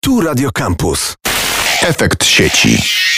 Tu Radio Campus. Efekt sieci.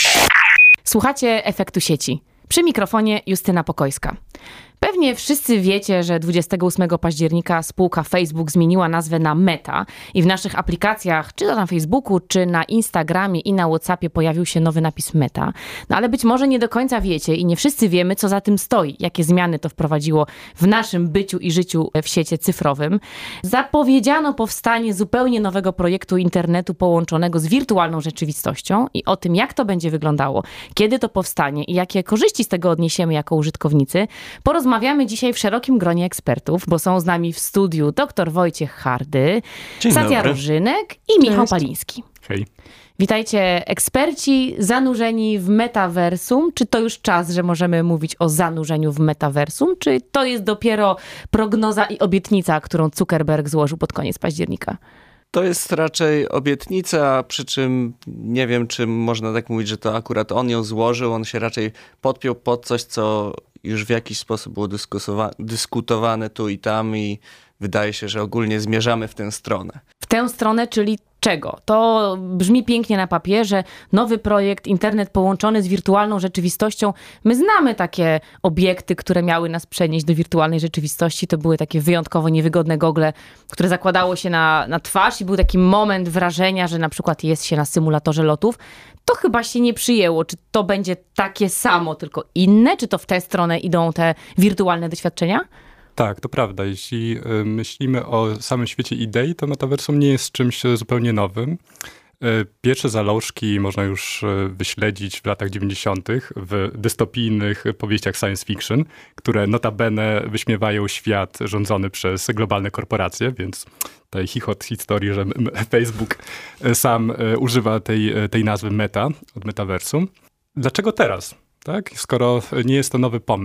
Słuchacie Efektu sieci. Przy mikrofonie Justyna Pokojska. Pewnie wszyscy wiecie, że 28 października spółka Facebook zmieniła nazwę na Meta i w naszych aplikacjach, czy to na Facebooku, czy na Instagramie i na WhatsAppie pojawił się nowy napis Meta. No ale być może nie do końca wiecie i nie wszyscy wiemy, co za tym stoi, jakie zmiany to wprowadziło w naszym byciu i życiu w świecie cyfrowym. Zapowiedziano powstanie zupełnie nowego projektu internetu połączonego z wirtualną rzeczywistością i o tym, jak to będzie wyglądało, kiedy to powstanie i jakie korzyści z tego odniesiemy jako użytkownicy, porozmawiamy dzisiaj w szerokim gronie ekspertów, bo są z nami w studiu dr Wojciech Hardy, Satia Różynek i Michał Paliński. Hej. Witajcie eksperci zanurzeni w metaversum. Czy to już czas, że możemy mówić o zanurzeniu w metaversum? Czy to jest dopiero prognoza i obietnica, którą Zuckerberg złożył pod koniec października? To jest raczej obietnica, przy czym nie wiem, czy można tak mówić, że to akurat on ją złożył. On się raczej podpiął pod coś, co już w jakiś sposób było dyskutowane tu i tam i wydaje się, że ogólnie zmierzamy w tę stronę. W tę stronę, czyli czego? To brzmi pięknie na papierze. Nowy projekt, internet połączony z wirtualną rzeczywistością. My znamy takie obiekty, które miały nas przenieść do wirtualnej rzeczywistości. To były takie wyjątkowo niewygodne gogle, które zakładało się na twarz i był taki moment wrażenia, że na przykład jest się na symulatorze lotów. To chyba się nie przyjęło. Czy to będzie takie samo, tylko inne? Czy to w tę stronę idą te wirtualne doświadczenia? Tak, to prawda. Jeśli myślimy o samym świecie idei, to metaversum nie jest czymś zupełnie nowym. Pierwsze zalążki można już wyśledzić w latach 90. w dystopijnych powieściach science fiction, które notabene wyśmiewają świat rządzony przez globalne korporacje, więc tutaj chichot historii, że Facebook sam używa tej nazwy Meta od metaversum. Dlaczego teraz? Tak? Skoro nie jest to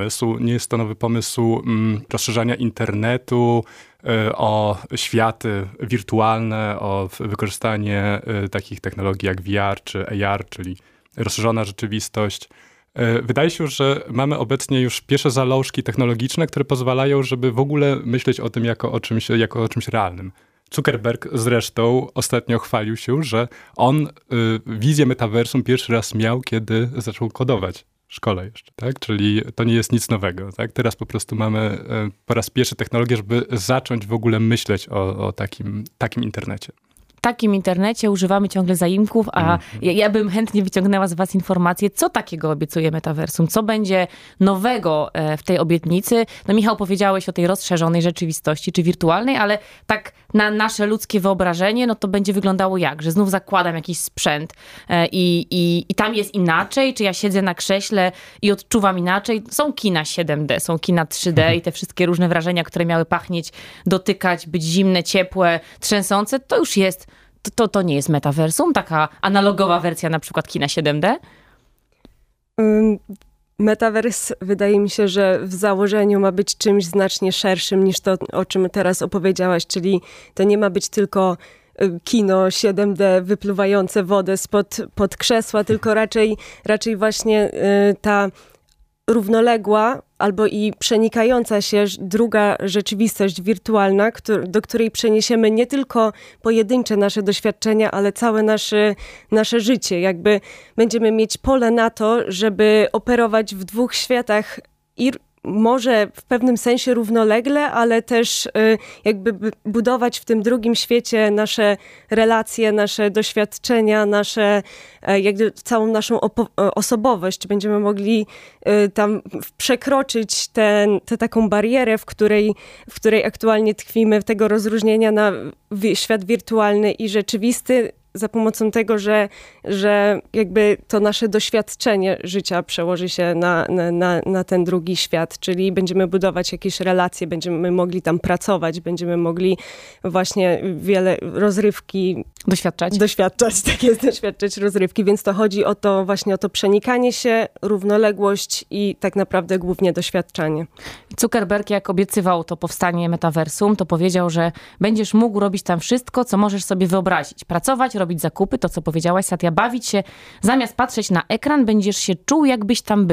nowy pomysł rozszerzania internetu o światy wirtualne, o wykorzystanie takich technologii jak VR czy AR, czyli rozszerzona rzeczywistość. Wydaje się, że mamy obecnie już pierwsze zalążki technologiczne, które pozwalają, żeby w ogóle myśleć o tym jako o czymś realnym. Zuckerberg zresztą ostatnio chwalił się, że on wizję metaversum pierwszy raz miał, kiedy zaczął kodować w szkole jeszcze, tak? Czyli to nie jest nic nowego, tak? Teraz po prostu mamy po raz pierwszy technologię, żeby zacząć w ogóle myśleć o takim internecie. W takim internecie używamy ciągle zaimków, a ja bym chętnie wyciągnęła z was informację, co takiego obiecuje metaversum, co będzie nowego w tej obietnicy. No Michał, powiedziałeś o tej rozszerzonej rzeczywistości, czy wirtualnej, ale tak na nasze ludzkie wyobrażenie, no to będzie wyglądało jak? Że znów zakładam jakiś sprzęt i tam jest inaczej, czy ja siedzę na krześle i odczuwam inaczej. Są kina 7D, są kina 3D i te wszystkie różne wrażenia, które miały pachnieć, dotykać, być zimne, ciepłe, trzęsące, to już jest. To nie jest metaversum? Taka analogowa wersja na przykład kina 7D? Metavers wydaje mi się, że w założeniu ma być czymś znacznie szerszym niż to, o czym teraz opowiedziałaś, czyli to nie ma być tylko kino 7D wypluwające wodę spod krzesła, tylko raczej właśnie ta równoległa albo i przenikająca się druga rzeczywistość wirtualna, do której przeniesiemy nie tylko pojedyncze nasze doświadczenia, ale całe nasze życie. Jakby będziemy mieć pole na to, żeby operować w dwóch światach i może w pewnym sensie równolegle, ale też jakby budować w tym drugim świecie nasze relacje, nasze doświadczenia, jakby całą naszą osobowość. Będziemy mogli tam przekroczyć tę taką barierę, w której aktualnie tkwimy, tego rozróżnienia na świat wirtualny i rzeczywisty, za pomocą tego, że jakby to nasze doświadczenie życia przełoży się na ten drugi świat, czyli będziemy budować jakieś relacje, będziemy mogli tam pracować, będziemy mogli właśnie wiele rozrywki doświadczać rozrywki, więc to chodzi o to właśnie o to przenikanie się, równoległość i tak naprawdę głównie doświadczanie. Zuckerberg, jak obiecywał to powstanie metaversum, to powiedział, że będziesz mógł robić tam wszystko, co możesz sobie wyobrazić. Pracować, robić zakupy, to co powiedziałaś, Satia, bawić się. Zamiast patrzeć na ekran, będziesz się czuł, jakbyś tam był.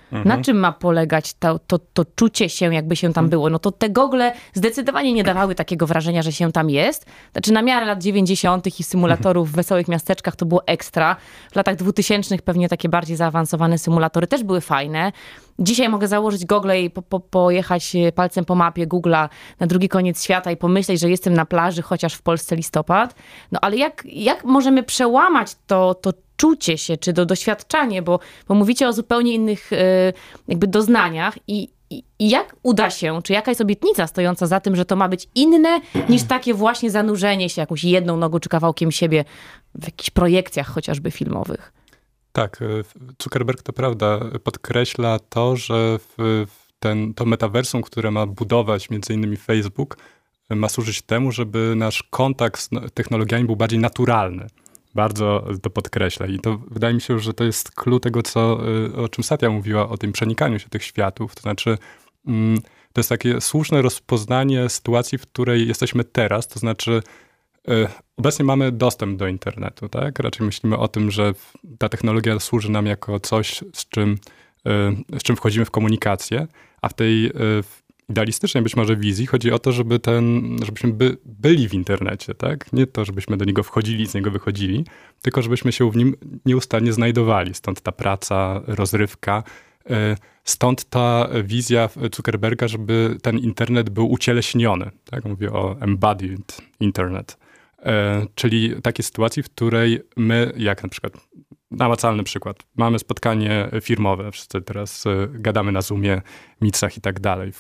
Na czym ma polegać to czucie się, jakby się tam było? No to te gogle zdecydowanie nie dawały takiego wrażenia, że się tam jest. Znaczy na miarę lat 90. i symulatorów w wesołych miasteczkach to było ekstra. W latach 2000 pewnie takie bardziej zaawansowane symulatory też były fajne. Dzisiaj mogę założyć gogle i pojechać palcem po mapie Google'a na drugi koniec świata i pomyśleć, że jestem na plaży, chociaż w Polsce listopad. No ale jak możemy przełamać to czucie się, czy doświadczanie, bo mówicie o zupełnie innych jakby doznaniach i jak uda się, czy jaka jest obietnica stojąca za tym, że to ma być inne niż takie właśnie zanurzenie się jakąś jedną nogą czy kawałkiem siebie w jakichś projekcjach chociażby filmowych? Tak, Zuckerberg to prawda podkreśla to, że to metaversum, które ma budować między innymi Facebook, ma służyć temu, żeby nasz kontakt z technologiami był bardziej naturalny. Bardzo to podkreśla i to wydaje mi się, że to jest clue tego, o czym Satya mówiła, o tym przenikaniu się tych światów. To znaczy, to jest takie słuszne rozpoznanie sytuacji, w której jesteśmy teraz. To znaczy, obecnie mamy dostęp do internetu, tak? Raczej myślimy o tym, że ta technologia służy nam jako coś, z czym wchodzimy w komunikację, a w tej idealistycznej być może wizji chodzi o to, żebyśmy byli w internecie, tak? Nie to, żebyśmy do niego wchodzili, z niego wychodzili, tylko żebyśmy się w nim nieustannie znajdowali. Stąd ta praca, rozrywka, stąd ta wizja Zuckerberga, żeby ten internet był ucieleśniony, tak? Mówię o embodied internet. Czyli takiej sytuacji, w której my, jak na przykład, namacalny przykład, mamy spotkanie firmowe, wszyscy teraz gadamy na Zoomie, Meetsach i tak dalej.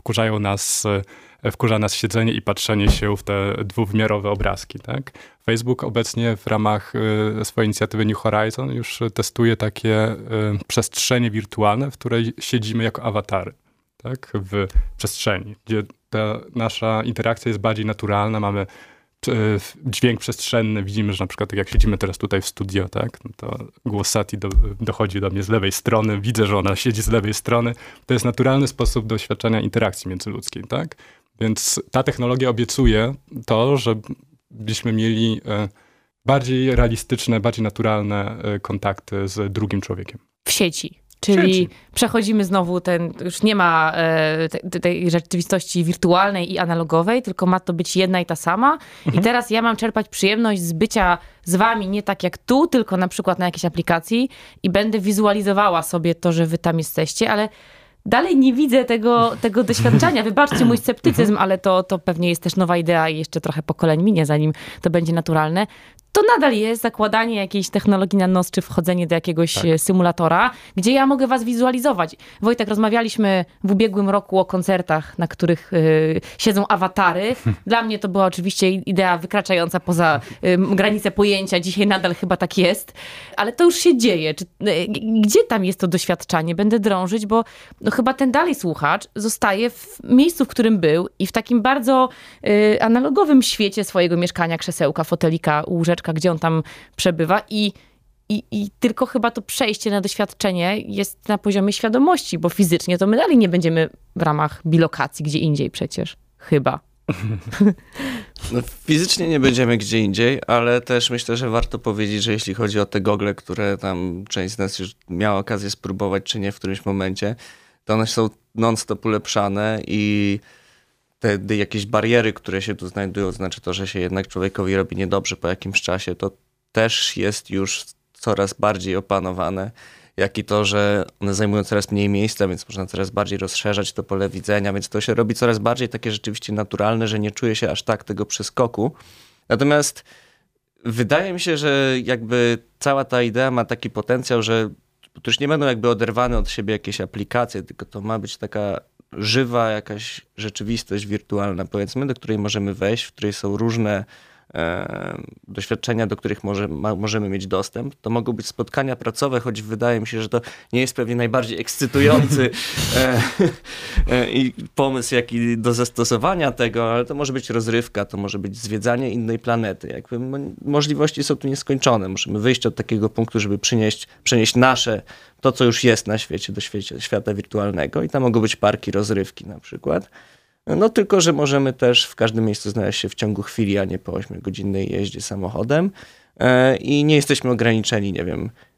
Wkurza nas siedzenie i patrzenie się w te dwuwymiarowe obrazki, tak? Facebook obecnie w ramach swojej inicjatywy New Horizon już testuje takie przestrzenie wirtualne, w której siedzimy jako awatary, tak? W przestrzeni, gdzie ta nasza interakcja jest bardziej naturalna, mamy dźwięk przestrzenny, widzimy, że na przykład tak jak siedzimy teraz tutaj w studio, tak, no to głos Sati dochodzi do mnie z lewej strony, widzę, że ona siedzi z lewej strony. To jest naturalny sposób doświadczenia interakcji międzyludzkiej, tak? Więc ta technologia obiecuje to, żebyśmy mieli bardziej realistyczne, bardziej naturalne kontakty z drugim człowiekiem. W sieci. Czyli przechodzimy znowu już nie ma tej rzeczywistości wirtualnej i analogowej, tylko ma to być jedna i ta sama. I teraz ja mam czerpać przyjemność z bycia z wami nie tak jak tu, tylko na przykład na jakiejś aplikacji i będę wizualizowała sobie to, że wy tam jesteście, ale dalej nie widzę tego doświadczenia. Wybaczcie mój sceptycyzm, ale to pewnie jest też nowa idea i jeszcze trochę pokoleń minie, zanim to będzie naturalne. To nadal jest zakładanie jakiejś technologii na nos, czy wchodzenie do jakiegoś symulatora, gdzie ja mogę was wizualizować. Wojtek, rozmawialiśmy w ubiegłym roku o koncertach, na których siedzą awatary. Dla mnie to była oczywiście idea wykraczająca poza granice pojęcia. Dzisiaj nadal chyba tak jest. Ale to już się dzieje. Gdzie tam jest to doświadczanie? Będę drążyć, bo chyba ten dalej słuchacz zostaje w miejscu, w którym był i w takim bardzo analogowym świecie swojego mieszkania, krzesełka, fotelika, łóżeczka, gdzie on tam przebywa i tylko chyba to przejście na doświadczenie jest na poziomie świadomości, bo fizycznie to my dalej nie będziemy w ramach bilokacji gdzie indziej przecież. Chyba. No, fizycznie nie będziemy gdzie indziej, ale też myślę, że warto powiedzieć, że jeśli chodzi o te gogle, które tam część z nas już miała okazję spróbować, czy nie w którymś momencie, to one są non-stop ulepszane i te jakieś bariery, które się tu znajdują, znaczy to, że się jednak człowiekowi robi niedobrze po jakimś czasie, to też jest już coraz bardziej opanowane, jak i to, że one zajmują coraz mniej miejsca, więc można coraz bardziej rozszerzać to pole widzenia, więc to się robi coraz bardziej takie rzeczywiście naturalne, że nie czuje się aż tak tego przeskoku. Natomiast wydaje mi się, że jakby cała ta idea ma taki potencjał, że to już nie będą jakby oderwane od siebie jakieś aplikacje, tylko to ma być taka żywa jakaś rzeczywistość wirtualna, powiedzmy, do której możemy wejść, w której są różne doświadczenia, do których możemy mieć dostęp. To mogą być spotkania pracowe, choć wydaje mi się, że to nie jest pewnie najbardziej ekscytujący i pomysł jaki do zastosowania tego, ale to może być rozrywka, to może być zwiedzanie innej planety. Jakby możliwości są tu nieskończone. Musimy wyjść od takiego punktu, żeby przenieść to, co już jest na świecie, do świata wirtualnego i tam mogą być parki rozrywki na przykład. No tylko, że możemy też w każdym miejscu znaleźć się w ciągu chwili, a nie po 8-godzinnej jeździe samochodem i nie jesteśmy ograniczeni, nie wiem,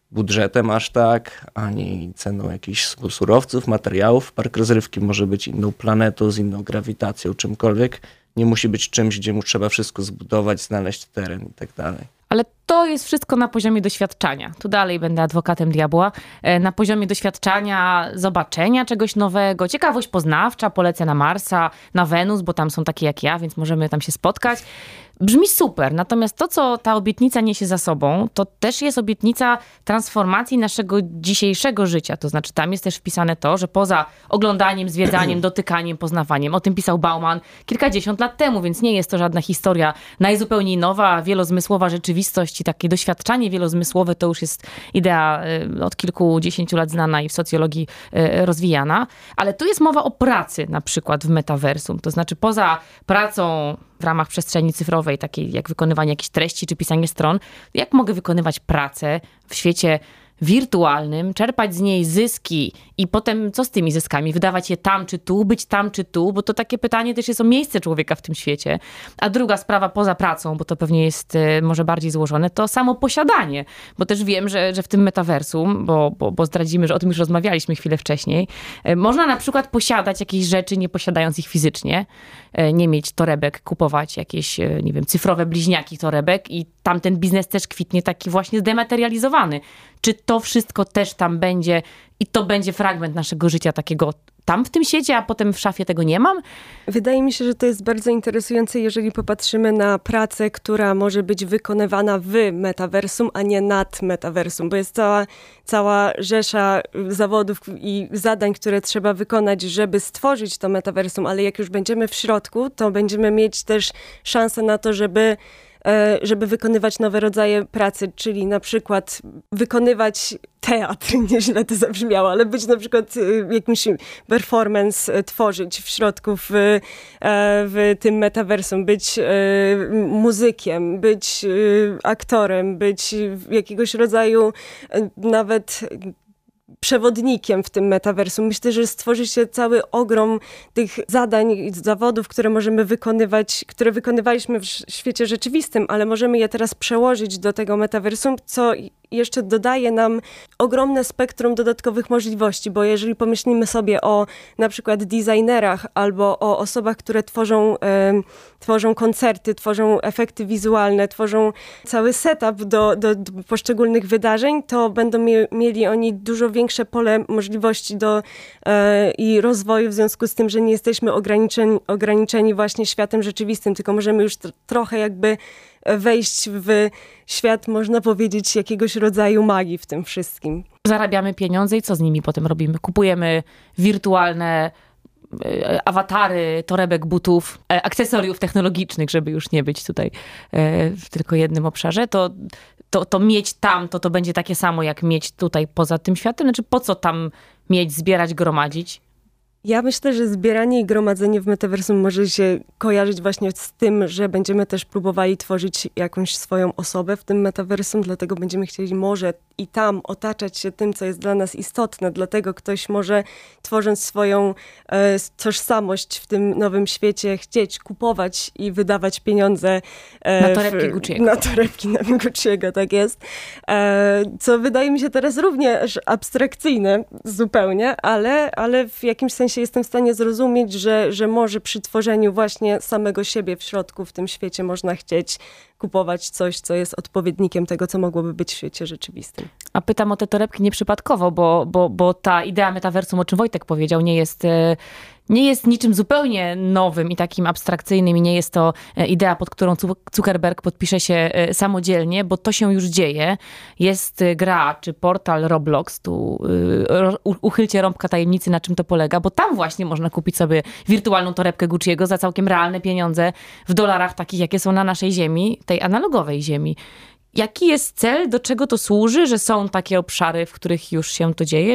budżetem aż tak, ani ceną jakichś surowców, materiałów. Park rozrywki może być inną planetą, z inną grawitacją, czymkolwiek. Nie musi być czymś, gdzie mu trzeba wszystko zbudować, znaleźć teren i tak dalej. Ale to jest wszystko na poziomie doświadczenia. Tu dalej będę adwokatem diabła. Na poziomie doświadczenia, zobaczenia czegoś nowego, ciekawość poznawcza, polecę na Marsa, na Wenus, bo tam są takie jak ja, więc możemy tam się spotkać. Brzmi super, natomiast to, co ta obietnica niesie za sobą, to też jest obietnica transformacji naszego dzisiejszego życia. To znaczy tam jest też wpisane to, że poza oglądaniem, zwiedzaniem, dotykaniem, poznawaniem, o tym pisał Bauman kilkadziesiąt lat temu, więc nie jest to żadna historia najzupełniej nowa, wielozmysłowa rzeczywistość i takie doświadczanie wielozmysłowe to już jest idea od kilkudziesięciu lat znana i w socjologii rozwijana. Ale tu jest mowa o pracy na przykład w metaversum. To znaczy poza pracą w ramach przestrzeni cyfrowej, takiej jak wykonywanie jakichś treści czy pisanie stron, jak mogę wykonywać pracę w świecie wirtualnym, czerpać z niej zyski i potem co z tymi zyskami? Wydawać je tam czy tu, być tam czy tu? Bo to takie pytanie też jest o miejsce człowieka w tym świecie. A druga sprawa poza pracą, bo to pewnie jest może bardziej złożone, to samo posiadanie. Bo też wiem, że w tym metaversum, bo zdradzimy, że o tym już rozmawialiśmy chwilę wcześniej, można na przykład posiadać jakieś rzeczy, nie posiadając ich fizycznie, nie mieć torebek, kupować jakieś, nie wiem, cyfrowe bliźniaki torebek i tamten biznes też kwitnie taki właśnie zdematerializowany. Czy to wszystko też tam będzie i to będzie fragment naszego życia takiego tam w tym świecie, a potem w szafie tego nie mam? Wydaje mi się, że to jest bardzo interesujące, jeżeli popatrzymy na pracę, która może być wykonywana w metaversum, a nie nad metaversum, bo jest cała rzesza zawodów i zadań, które trzeba wykonać, żeby stworzyć to metaversum, ale jak już będziemy w środku, to będziemy mieć też szansę na to, żeby wykonywać nowe rodzaje pracy, czyli na przykład wykonywać teatr, nieźle to zabrzmiało, ale być na przykład jakimś performance tworzyć w środku w tym metaversum, być muzykiem, być aktorem, być jakiegoś rodzaju nawet przewodnikiem w tym metaversum. Myślę, że stworzy się cały ogrom tych zadań i zawodów, które możemy wykonywać, które wykonywaliśmy w świecie rzeczywistym, ale możemy je teraz przełożyć do tego metaversum, co jeszcze dodaje nam ogromne spektrum dodatkowych możliwości, bo jeżeli pomyślimy sobie o na przykład designerach albo o osobach, które tworzą koncerty, tworzą efekty wizualne, tworzą cały setup do poszczególnych wydarzeń, to będą mieli oni dużo większe pole możliwości i rozwoju w związku z tym, że nie jesteśmy ograniczeni właśnie światem rzeczywistym, tylko możemy już trochę jakby wejść w świat, można powiedzieć, jakiegoś rodzaju magii w tym wszystkim. Zarabiamy pieniądze i co z nimi potem robimy? Kupujemy wirtualne awatary, torebek, butów, akcesoriów technologicznych, żeby już nie być tutaj w tylko jednym obszarze, to mieć tam, to będzie takie samo jak mieć tutaj poza tym światem? Znaczy po co tam mieć, zbierać, gromadzić? Ja myślę, że zbieranie i gromadzenie w metaversum może się kojarzyć właśnie z tym, że będziemy też próbowali tworzyć jakąś swoją osobę w tym metaversum, dlatego będziemy chcieli może i tam otaczać się tym, co jest dla nas istotne. Dlatego ktoś może, tworząc swoją tożsamość w tym nowym świecie, chcieć kupować i wydawać pieniądze na torebki Gucci'ego. Na torebki Gucci'ego, tak jest. Co wydaje mi się teraz również abstrakcyjne zupełnie, ale w jakimś sensie jestem w stanie zrozumieć, że może przy tworzeniu właśnie samego siebie w środku w tym świecie można chcieć kupować coś, co jest odpowiednikiem tego, co mogłoby być w świecie rzeczywistym. A pytam o te torebki nieprzypadkowo, bo ta idea metaversum, o czym Wojtek powiedział, nie jest niczym zupełnie nowym i takim abstrakcyjnym i nie jest to idea, pod którą Zuckerberg podpisze się samodzielnie, bo to się już dzieje. Jest gra czy portal Roblox, tu uchylcie rąbka tajemnicy, na czym to polega, bo tam właśnie można kupić sobie wirtualną torebkę Gucci'ego za całkiem realne pieniądze w dolarach takich, jakie są na naszej ziemi, tej analogowej ziemi. Jaki jest cel, do czego to służy, że są takie obszary, w których już się to dzieje?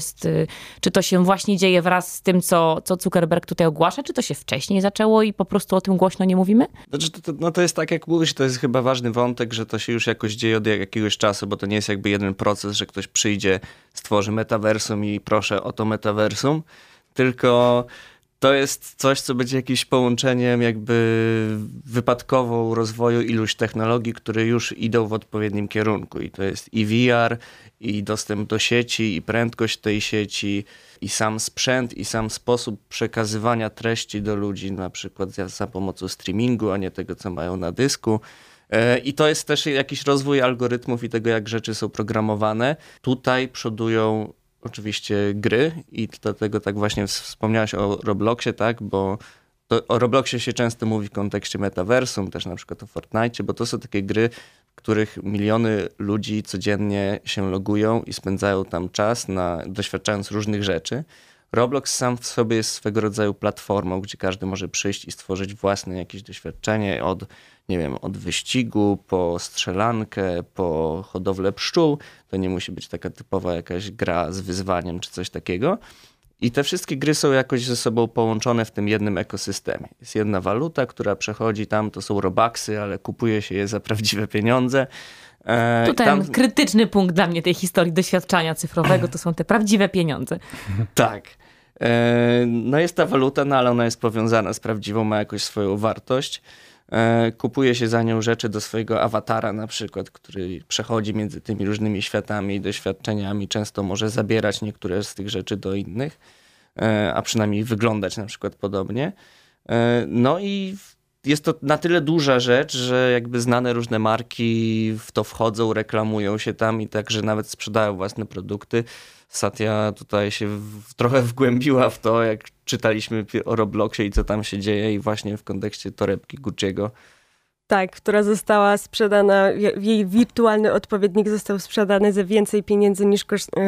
Czy to się właśnie dzieje wraz z tym, co Zuckerberg tutaj ogłasza? Czy to się wcześniej zaczęło i po prostu o tym głośno nie mówimy? Znaczy, to jest tak, jak mówisz, to jest chyba ważny wątek, że to się już jakoś dzieje od jakiegoś czasu, bo to nie jest jakby jeden proces, że ktoś przyjdzie, stworzy metaversum i proszę o to metaversum, tylko to jest coś, co będzie jakimś połączeniem jakby wypadkową rozwoju iluś technologii, które już idą w odpowiednim kierunku. I to jest i VR, i dostęp do sieci, i prędkość tej sieci, i sam sprzęt, i sam sposób przekazywania treści do ludzi, na przykład za pomocą streamingu, a nie tego, co mają na dysku. I to jest też jakiś rozwój algorytmów i tego, jak rzeczy są programowane. Tutaj przodują oczywiście gry i dlatego tak właśnie wspomniałeś o Robloxie, tak, bo o Robloxie się często mówi w kontekście metaversum, też na przykład o Fortnite, bo to są takie gry, w których miliony ludzi codziennie się logują i spędzają tam czas, doświadczając różnych rzeczy. Roblox sam w sobie jest swego rodzaju platformą, gdzie każdy może przyjść i stworzyć własne jakieś doświadczenie od wyścigu, po strzelankę, po hodowlę pszczół. To nie musi być taka typowa jakaś gra z wyzwaniem czy coś takiego. I te wszystkie gry są jakoś ze sobą połączone w tym jednym ekosystemie. Jest jedna waluta, która przechodzi tam, to są robuxy, ale kupuje się je za prawdziwe pieniądze. Tu ten krytyczny punkt dla mnie tej historii doświadczenia cyfrowego to są te prawdziwe pieniądze. Tak. No jest ta waluta, ale ona jest powiązana z prawdziwą, ma jakoś swoją wartość. Kupuje się za nią rzeczy do swojego awatara na przykład, który przechodzi między tymi różnymi światami i doświadczeniami. Często może zabierać niektóre z tych rzeczy do innych, a przynajmniej wyglądać na przykład podobnie. No i jest to na tyle duża rzecz, że jakby znane różne marki w to wchodzą, reklamują się tam i także nawet sprzedają własne produkty. Satya tutaj się trochę wgłębiła w to, jak czytaliśmy o Robloxie i co tam się dzieje i właśnie w kontekście torebki Gucci'ego. Tak, która została sprzedana, jej wirtualny odpowiednik został sprzedany za więcej pieniędzy niż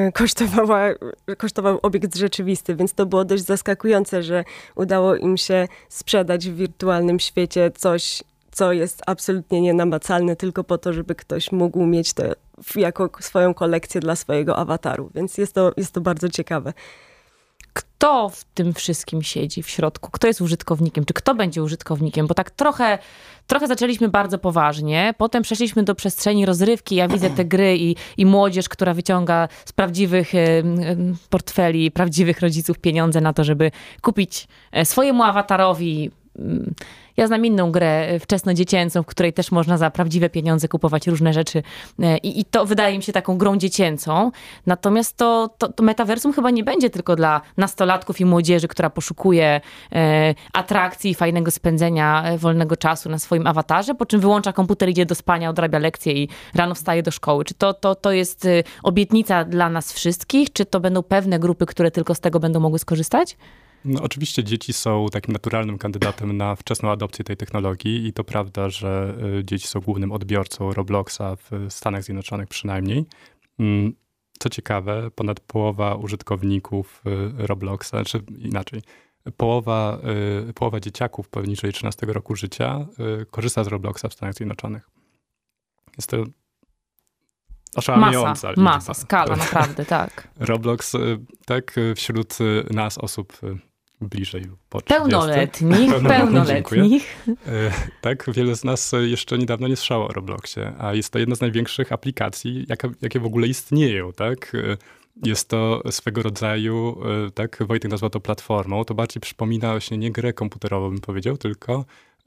kosztował obiekt rzeczywisty, więc to było dość zaskakujące, że udało im się sprzedać w wirtualnym świecie coś, co jest absolutnie nienamacalne, tylko po to, żeby ktoś mógł mieć to jako swoją kolekcję dla swojego awataru, więc jest to bardzo ciekawe. Kto w tym wszystkim siedzi w środku? Kto jest użytkownikiem? Czy kto będzie użytkownikiem? Bo tak trochę zaczęliśmy bardzo poważnie, potem przeszliśmy do przestrzeni rozrywki. Ja widzę te gry i młodzież, która wyciąga z prawdziwych portfeli, prawdziwych rodziców pieniądze na to, żeby kupić swojemu awatarowi. Ja znam inną grę wczesnodziecięcą, w której też można za prawdziwe pieniądze kupować różne rzeczy i to wydaje mi się taką grą dziecięcą. Natomiast to metaversum chyba nie będzie tylko dla nastolatków i młodzieży, która poszukuje atrakcji i fajnego spędzenia wolnego czasu na swoim awatarze, po czym wyłącza komputer, idzie do spania, odrabia lekcje i rano wstaje do szkoły. Czy to jest obietnica dla nas wszystkich? Czy to będą pewne grupy, które tylko z tego będą mogły skorzystać? No, oczywiście dzieci są takim naturalnym kandydatem na wczesną adopcję tej technologii i to prawda, że dzieci są głównym odbiorcą Robloxa w Stanach Zjednoczonych przynajmniej. Co ciekawe, ponad połowa użytkowników Robloxa, czy inaczej, połowa dzieciaków poniżej 13 roku życia korzysta z Robloxa w Stanach Zjednoczonych. Jest to oszałamiająca liczba. Masa, skala, naprawdę, tak. Roblox, tak, wśród nas osób bliżej po 30. Pełnoletnich. Tak, wiele z nas jeszcze niedawno nie słyszało o Robloxie, a jest to jedna z największych aplikacji, jakie w ogóle istnieją, tak? Jest to swego rodzaju, tak, Wojtek nazwał to platformą, to bardziej przypomina właśnie nie grę komputerową, bym powiedział, tylko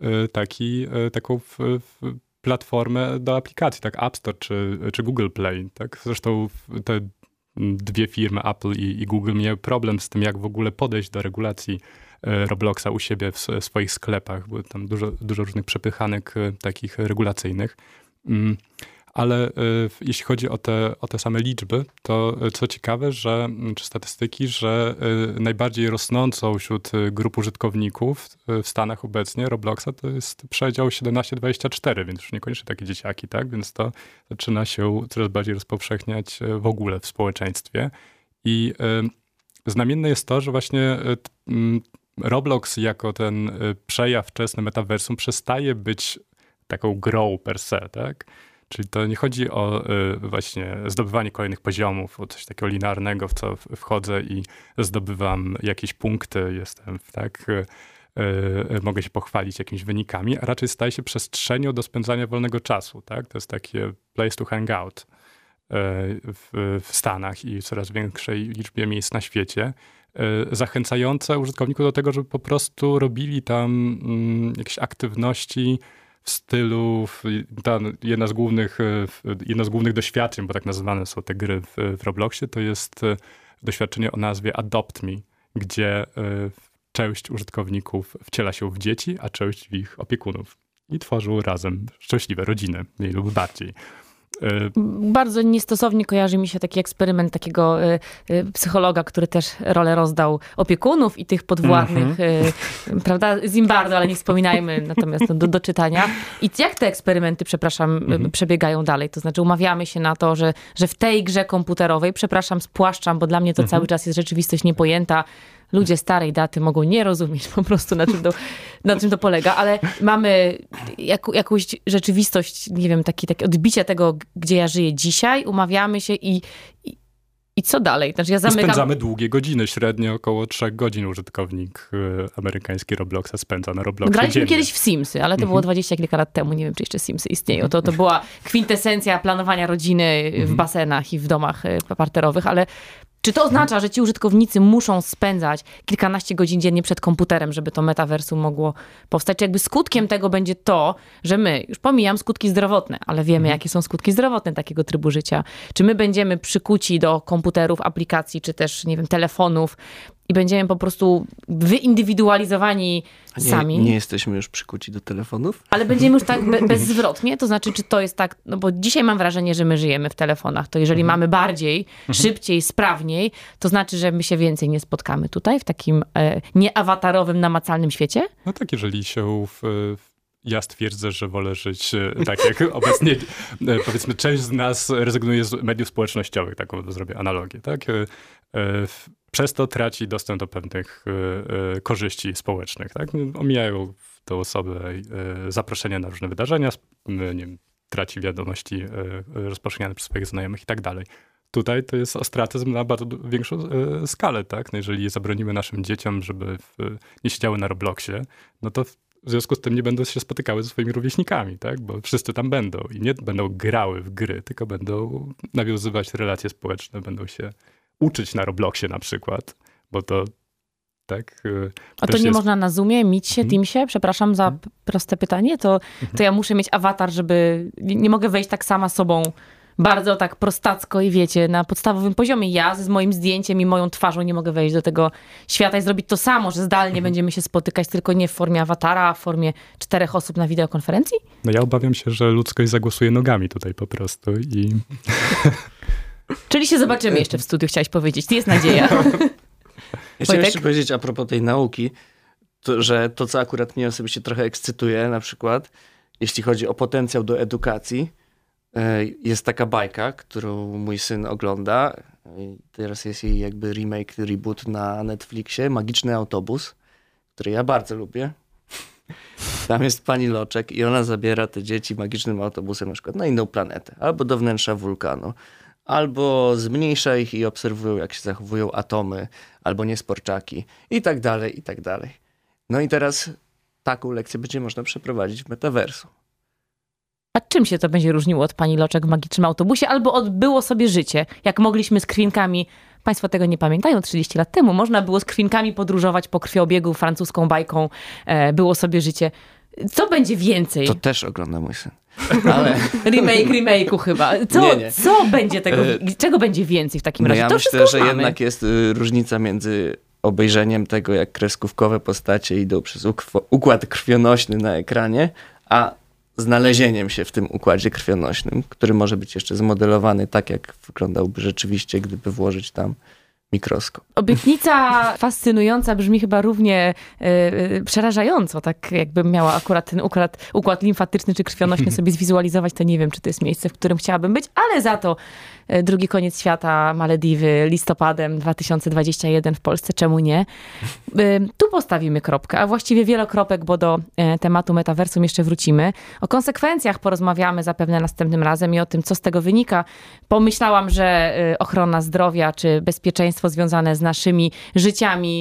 taką platformę do aplikacji, tak, App Store czy Google Play, tak? Zresztą te dwie firmy, Apple i Google, miały problem z tym, jak w ogóle podejść do regulacji Robloxa u siebie w swoich sklepach. Było tam dużo różnych przepychanek takich regulacyjnych. Ale jeśli chodzi o te same liczby, to co ciekawe, czy statystyki, że najbardziej rosnącą wśród grup użytkowników w Stanach obecnie Robloxa to jest przedział 17-24, więc już niekoniecznie takie dzieciaki, tak? Więc to zaczyna się coraz bardziej rozpowszechniać w ogóle w społeczeństwie. I znamienne jest to, że właśnie Roblox jako ten przejaw wczesny metaversum przestaje być taką grą per se, tak? Czyli to nie chodzi o właśnie zdobywanie kolejnych poziomów, o coś takiego linearnego, w co wchodzę i zdobywam jakieś punkty, mogę się pochwalić jakimiś wynikami, a raczej staje się przestrzenią do spędzania wolnego czasu, tak? To jest takie place to hang out w Stanach i w coraz większej liczbie miejsc na świecie. zachęcające użytkowników do tego, żeby po prostu robili tam jakieś aktywności w stylu, jedno z głównych doświadczeń, bo tak nazywane są te gry w Robloxie, to jest doświadczenie o nazwie Adopt Me, gdzie część użytkowników wciela się w dzieci, a część w ich opiekunów. I tworzą razem szczęśliwe rodziny, mniej lub bardziej. Bardzo niestosownie kojarzy mi się taki eksperyment takiego psychologa, który też rolę rozdał opiekunów i tych podwładnych, prawda, Zimbardo, ale nie wspominajmy, natomiast do czytania. I jak te eksperymenty, przebiegają dalej? To znaczy umawiamy się na to, że w tej grze komputerowej, spłaszczam, bo dla mnie to cały czas jest rzeczywistość niepojęta. Ludzie starej daty mogą nie rozumieć po prostu, na czym to polega, ale mamy jakąś rzeczywistość, nie wiem, takie odbicie tego, gdzie ja żyję dzisiaj, umawiamy się i co dalej? Znaczy ja zamykam... Spędzamy długie godziny, średnio około 3 godzin użytkownik amerykański Robloxa spędza na Robloxie Graliśmy dziennie. kiedyś w Simsy, ale to było 20 kilka lat temu, nie wiem, czy jeszcze Simsy istnieją. To była kwintesencja planowania rodziny w basenach i w domach parterowych, ale czy to oznacza, że ci użytkownicy muszą spędzać kilkanaście godzin dziennie przed komputerem, żeby to metaversum mogło powstać? Czy jakby skutkiem tego będzie to, że my, już pomijam skutki zdrowotne, ale wiemy, jakie są skutki zdrowotne takiego trybu życia. Czy my będziemy przykuci do komputerów, aplikacji, czy też, nie wiem, telefonów i będziemy po prostu wyindywidualizowani sami? Nie jesteśmy już przykuci do telefonów? Ale będziemy już tak bezzwrotnie? To znaczy, czy to jest tak, no bo dzisiaj mam wrażenie, że my żyjemy w telefonach. To jeżeli mamy bardziej, szybciej, sprawniej, to znaczy, że my się więcej nie spotkamy tutaj w takim nieawatarowym, namacalnym świecie? No tak, jeżeli się ja stwierdzę, że wolę żyć tak jak obecnie, powiedzmy, część z nas rezygnuje z mediów społecznościowych, taką zrobię analogię, tak? Przez to traci dostęp do pewnych korzyści społecznych, tak? Omijają tę osobę zaproszenia na różne wydarzenia, nie wiem, traci wiadomości rozpowszechniane przez swoich znajomych i tak dalej. Tutaj to jest ostracyzm na bardzo większą skalę, tak? No jeżeli zabronimy naszym dzieciom, żeby nie siedziały na Robloxie, no to w związku z tym nie będą się spotykały ze swoimi rówieśnikami, tak? Bo wszyscy tam będą i nie będą grały w gry, tylko będą nawiązywać relacje społeczne, będą się uczyć na Robloxie na przykład, bo to tak... A to nie można na Zoomie, Meetsie, Teamsie? Przepraszam za proste pytanie. To ja muszę mieć awatar, żeby... Nie mogę wejść tak sama sobą bardzo tak prostacko i wiecie, na podstawowym poziomie. Ja z moim zdjęciem i moją twarzą nie mogę wejść do tego świata i zrobić to samo, że zdalnie będziemy się spotykać, tylko nie w formie awatara, a w formie 4 osób na wideokonferencji? No ja obawiam się, że ludzkość zagłosuje nogami tutaj po prostu i... Czyli się zobaczymy jeszcze w studiu, chciałeś powiedzieć. Jest nadzieja. Ja chciałem jeszcze powiedzieć a propos tej nauki, że to, co akurat mnie osobiście trochę ekscytuje, na przykład, jeśli chodzi o potencjał do edukacji, jest taka bajka, którą mój syn ogląda. Teraz jest jej jakby remake, reboot na Netflixie. Magiczny autobus, który ja bardzo lubię. Tam jest pani Loczek i ona zabiera te dzieci magicznym autobusem na przykład na inną planetę, albo do wnętrza wulkanu, albo zmniejsza ich i obserwują, jak się zachowują atomy, albo niesporczaki i tak dalej, i tak dalej. No i teraz taką lekcję będzie można przeprowadzić w metaversum. A czym się to będzie różniło od pani Loczek w magicznym autobusie? Albo odbyło sobie życie, jak mogliśmy z krwinkami, państwo tego nie pamiętają, 30 lat temu, można było z krwinkami podróżować po krwiobiegu francuską bajką, było sobie życie. Co będzie więcej? To też ogląda mój syn. Ale... Remake'u chyba. Co będzie tego, czego będzie więcej w takim razie? Ja to myślę, że jednak jest różnica między obejrzeniem tego, jak kreskówkowe postacie idą przez układ krwionośny na ekranie, a znalezieniem się w tym układzie krwionośnym, który może być jeszcze zmodelowany tak, jak wyglądałby rzeczywiście, gdyby włożyć tam mikroskop. Obietnica fascynująca brzmi chyba równie przerażająco, tak jakbym miała akurat ten układ limfatyczny czy krwionośny sobie zwizualizować, to nie wiem, czy to jest miejsce, w którym chciałabym być, ale za to drugi koniec świata, Malediwy, listopadem 2021 w Polsce, czemu nie? Tu postawimy kropkę, a właściwie wielokropek, bo do tematu metaversum jeszcze wrócimy. O konsekwencjach porozmawiamy zapewne następnym razem i o tym, co z tego wynika. Pomyślałam, że ochrona zdrowia czy bezpieczeństwo związane z naszymi życiami,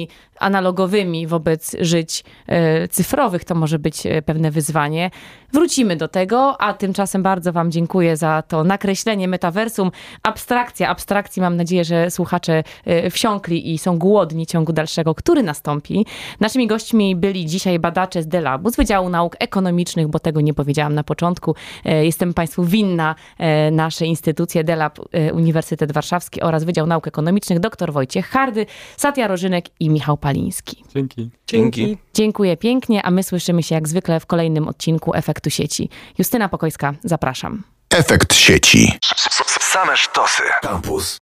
analogowymi wobec żyć cyfrowych, to może być pewne wyzwanie. Wrócimy do tego, a tymczasem bardzo wam dziękuję za to nakreślenie metaversum. Abstrakcji mam nadzieję, że słuchacze wsiąkli i są głodni ciągu dalszego, który nastąpi. Naszymi gośćmi byli dzisiaj badacze z DELAB-u, z Wydziału Nauk Ekonomicznych, bo tego nie powiedziałam na początku. Jestem państwu winna nasze instytucje DELAB, Uniwersytet Warszawski oraz Wydział Nauk Ekonomicznych, dr Wojciech Hardy, Satia Rożynek i Michał Paliński. Dzięki. Dziękuję pięknie, a my słyszymy się jak zwykle w kolejnym odcinku Efektu Sieci. Justyna Pokojska, zapraszam. Efekt sieci. Same sztosy. Campus.